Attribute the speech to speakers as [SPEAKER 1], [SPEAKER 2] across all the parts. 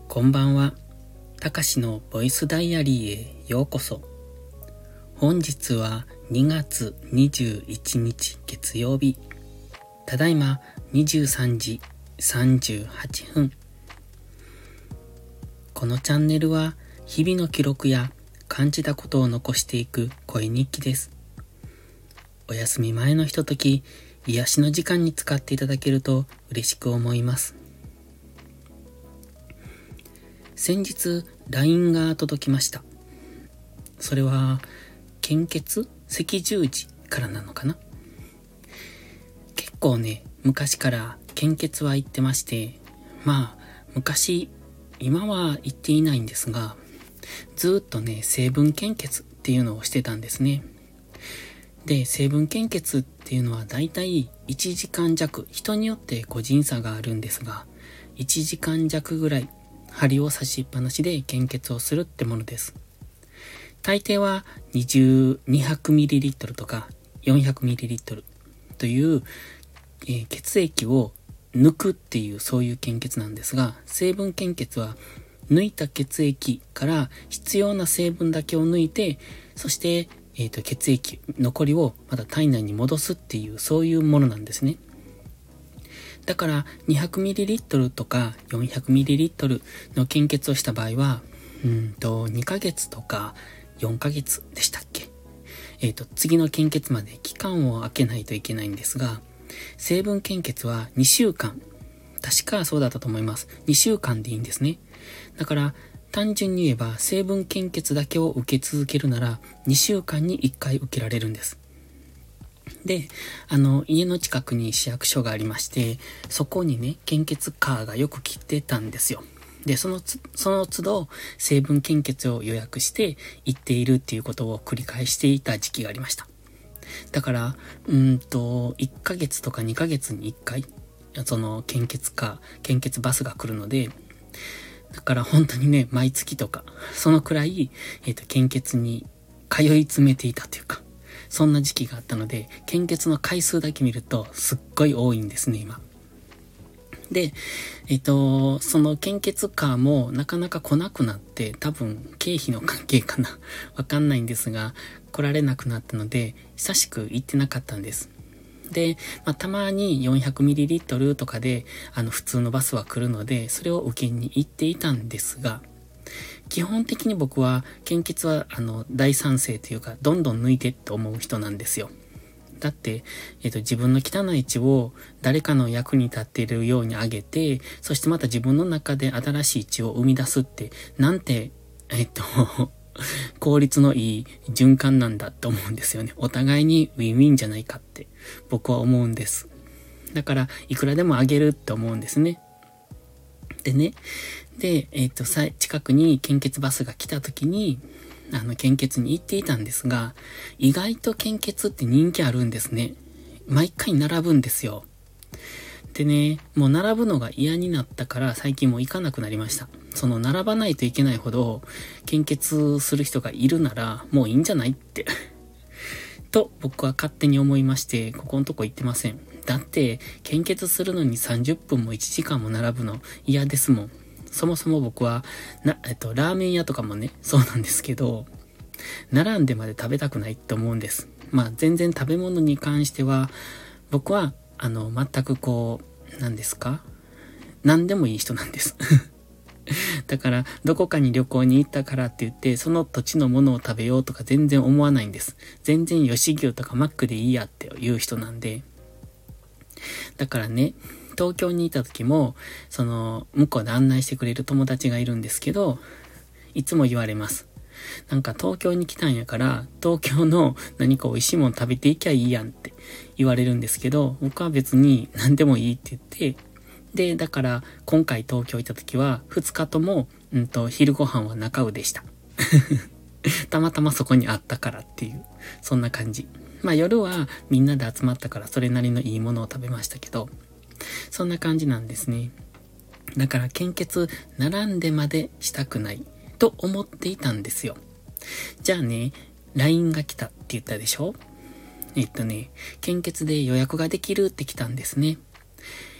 [SPEAKER 1] こんばんは。たかしのボイスダイアリーへようこそ。本日は2月21日月曜日。ただいま23時38分。このチャンネルは日々の記録や感じたことを残していく声日記です。お休み前のひととき、癒しの時間に使っていただけると嬉しく思います。先日 LINE が届きました。それは献血赤十字からなのかな。結構ね、昔から献血は行ってまして、今は行っていないんですが、ずっとね、成分献血っていうのをしてたんですね。で、成分献血っていうのはだいたい1時間弱、人によって個人差があるんですが、1時間弱ぐらい針を刺しっぱなしで献血をするってものです。大抵は200ml とか 400ml という、血液を抜くっていうそういう献血なんですが、成分献血は抜いた血液から必要な成分だけを抜いて、そして、血液残りをまた体内に戻すっていうそういうものなんですね。だから 200ml とか 400ml の献血をした場合は2ヶ月とか4ヶ月でしたっけ。次の献血まで期間を空けないといけないんですが、成分献血は2週間、確かそうだったと思います。2週間でいいんですね。だから単純に言えば成分献血だけを受け続けるなら2週間に1回受けられるんです。で、家の近くに市役所がありまして、そこにね、献血カーがよく来てたんですよ。で、その都度、成分献血を予約して行っているっていうことを繰り返していた時期がありました。だから、1ヶ月とか2ヶ月に1回、その献血バスが来るので、だから本当にね、毎月とか、そのくらい、献血に通い詰めていたというか、そんな時期があったので、献血の回数だけ見るとすっごい多いんですね、今。で、その献血カーもなかなか来なくなって、多分経費の関係かなわかんないんですが、来られなくなったので、久しく行ってなかったんです。で、たまに 400ml とかで、普通のバスは来るので、それを受けに行っていたんですが、基本的に僕は献血は大賛成というかどんどん抜いてって思う人なんですよ。だって、自分の汚い血を誰かの役に立っているようにあげて、そしてまた自分の中で新しい血を生み出すってなんて効率のいい循環なんだって思うんですよね。お互いにウィンウィンじゃないかって僕は思うんです。だからいくらでもあげるって思うんですね。でね、近くに献血バスが来た時に、献血に行っていたんですが、意外と献血って人気あるんですね。毎回並ぶんですよ。でね、もう並ぶのが嫌になったから最近もう行かなくなりました。その並ばないといけないほど献血する人がいるならもういいんじゃないってと僕は勝手に思いまして、ここのとこ行ってません。だって献血するのに30分も1時間も並ぶの嫌ですもん。そもそも僕はラーメン屋とかもね、そうなんですけど、並んでまで食べたくないって思うんです。全然食べ物に関しては、僕は、全く何でもいい人なんです。だから、どこかに旅行に行ったからって言って、その土地のものを食べようとか全然思わないんです。全然吉牛とかマックでいいやっていう人なんで。だからね、東京にいた時も、向こうで案内してくれる友達がいるんですけど、いつも言われます。東京に来たんやから、東京の何か美味しいもの食べていきゃいいやんって言われるんですけど、僕は別に何でもいいって言って、で、だから今回東京行った時は、2日とも、昼ご飯は中尾でした。たまたまそこにあったからっていう、そんな感じ。夜はみんなで集まったからそれなりのいいものを食べましたけど、そんな感じなんですね。だから献血並んでまでしたくないと思っていたんですよ。じゃあね、LINE が来たって言ったでしょ。献血で予約ができるって来たんですね。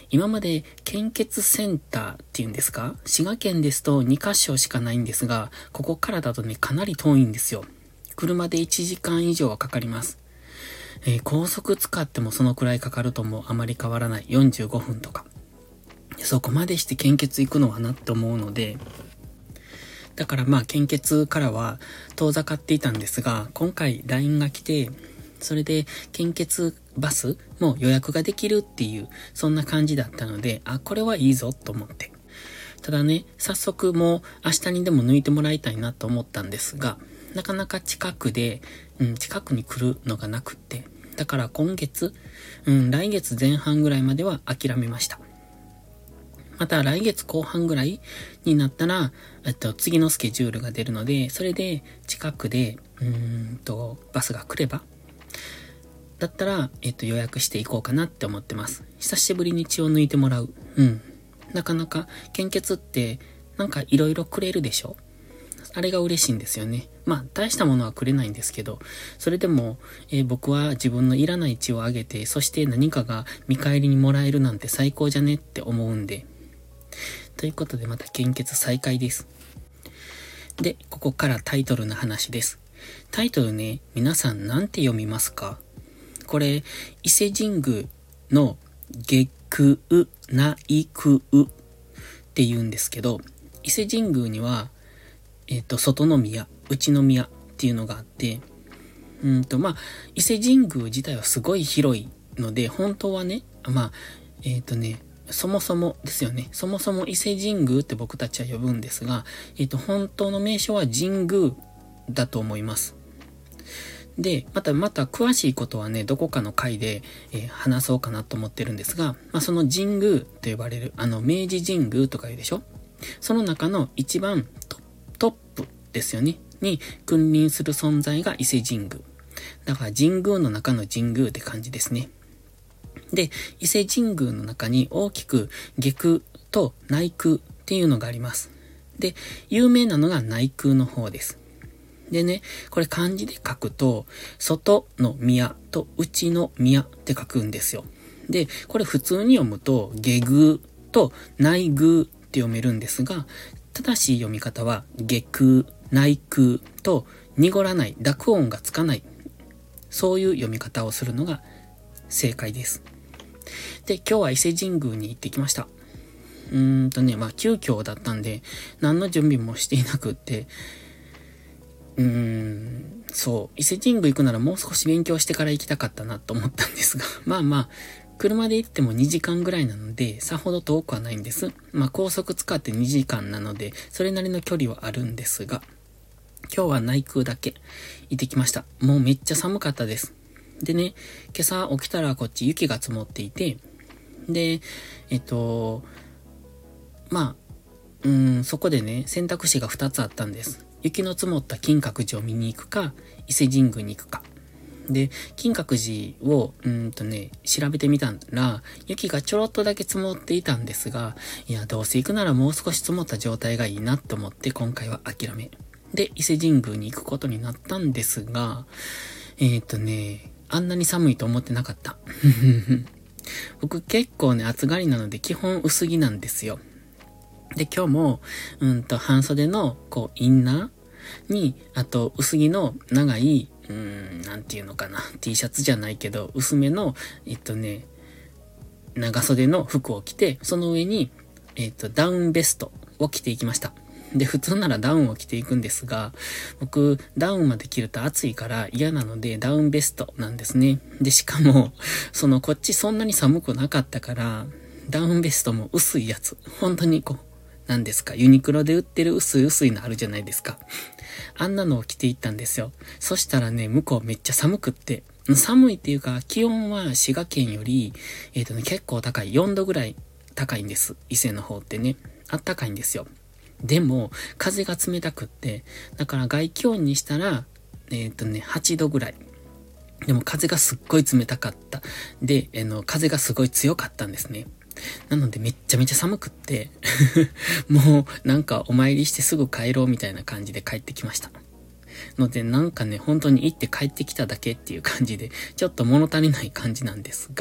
[SPEAKER 1] 今まで献血センターっていうんですか、滋賀県ですと2カ所しかないんですが、ここからだとね、かなり遠いんですよ。車で1時間以上はかかります。高速使ってもそのくらいかかるともあまり変わらない。45分とか。そこまでして献血行くのはなって思うので、だから献血からは遠ざかっていたんですが、今回 LINE が来て、それで献血バスも予約ができるっていう、そんな感じだったので、これはいいぞと思って。ただね、早速もう明日にでも抜いてもらいたいなと思ったんですが、なかなか近くに来るのがなくって、だから今月、来月前半ぐらいまでは諦めました。また来月後半ぐらいになったら、次のスケジュールが出るので、それで近くで、バスが来れば、だったら、予約していこうかなって思ってます。久しぶりに血を抜いてもらう。なかなか、献血って、いろいろくれるでしょ？あれが嬉しいんですよね。大したものはくれないんですけど、それでも、僕は自分のいらない血をあげて、そして何かが見返りにもらえるなんて最高じゃねって思うんで。ということでまた献血再開です。で、ここからタイトルの話です。タイトルね、皆さんなんて読みますか？これ、伊勢神宮の下宮内宮って言うんですけど、伊勢神宮には、外宮、内宮っていうのがあって、伊勢神宮自体はすごい広いので、本当はね、そもそもですよね。そもそも伊勢神宮って僕たちは呼ぶんですが、本当の名称は神宮だと思います。で、また詳しいことはね、どこかの回で、話そうかなと思ってるんですが、その神宮と呼ばれる、明治神宮とか言うでしょ？その中の一番トップですよね。に君臨する存在が伊勢神宮。だから神宮の中の神宮って感じですね。で、伊勢神宮の中に大きく下宮と内宮っていうのがあります。で、有名なのが内宮の方です。でね、これ漢字で書くと、外の宮と内の宮って書くんですよ。で、これ普通に読むと、下宮と内宮って読めるんですが、正しい読み方は、下宮、内宮と濁らない、濁音がつかない、そういう読み方をするのが正解です。で、今日は伊勢神宮に行ってきました。急遽だったんで、何の準備もしていなくって、伊勢神宮行くならもう少し勉強してから行きたかったなと思ったんですが、車で行っても2時間ぐらいなので、さほど遠くはないんです。高速使って2時間なので、それなりの距離はあるんですが、今日は内宮だけ行ってきました。もうめっちゃ寒かったです。でね、今朝起きたらこっち雪が積もっていて、で、そこでね、選択肢が2つあったんです。雪の積もった金閣寺を見に行くか、伊勢神宮に行くか。で、金閣寺を、調べてみたら、雪がちょろっとだけ積もっていたんですが、いや、どうせ行くならもう少し積もった状態がいいなと思って今回は諦め。で、伊勢神宮に行くことになったんですが、あんなに寒いと思ってなかった。僕結構ね、暑がりなので基本薄着なんですよ。で、今日も、半袖の、インナーに、あと、薄着の長い、T シャツじゃないけど、薄めの、長袖の服を着て、その上に、ダウンベストを着ていきました。で、普通ならダウンを着ていくんですが、僕、ダウンまで着ると暑いから嫌なので、ダウンベストなんですね。で、しかも、こっちそんなに寒くなかったから、ダウンベストも薄いやつ。本当にユニクロで売ってる薄いのあるじゃないですか。あんなのを着ていったんですよ。そしたらね、向こうめっちゃ寒くって。寒いっていうか、気温は滋賀県より、結構高い。4度ぐらい高いんです。伊勢の方ってね。あったかいんですよ。でも、風が冷たくって、だから外気温にしたら、8度ぐらい。でも風がすっごい冷たかった。で、風がすごい強かったんですね。なのでめっちゃめちゃ寒くってもうお参りしてすぐ帰ろうみたいな感じで帰ってきました。ので本当に行って帰ってきただけっていう感じでちょっと物足りない感じなんですが、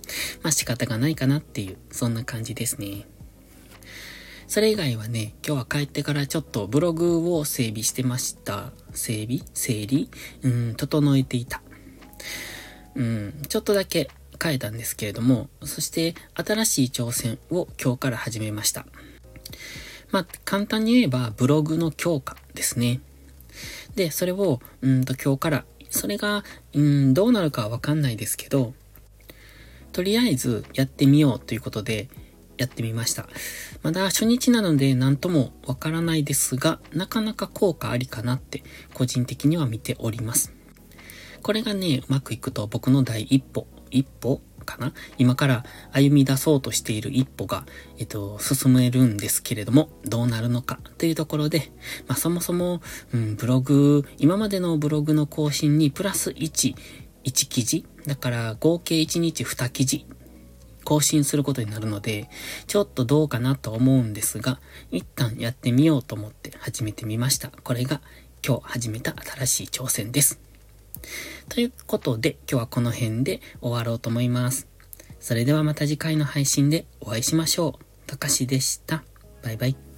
[SPEAKER 1] 仕方がないかなっていう、そんな感じですね。それ以外はね、今日は帰ってからちょっとブログを整備してました。整理整えていた。ちょっとだけ変えたんですけれども、そして新しい挑戦を今日から始めました。簡単に言えばブログの強化ですね。で、それを、今日から、それが、どうなるかはわかんないですけど、とりあえずやってみようということでやってみました。まだ初日なので何ともわからないですが、なかなか効果ありかなって個人的には見ております。これがね、うまくいくと僕の第一歩かな？今から歩み出そうとしている一歩が、進めるんですけれども、どうなるのかというところで、そもそも、ブログ、今までのブログの更新にプラス1記事だから合計1日2記事更新することになるので、ちょっとどうかなと思うんですが、一旦やってみようと思って始めてみました。これが今日始めた新しい挑戦です。ということで、今日はこの辺で終わろうと思います。それではまた次回の配信でお会いしましょう。たかしでした。バイバイ。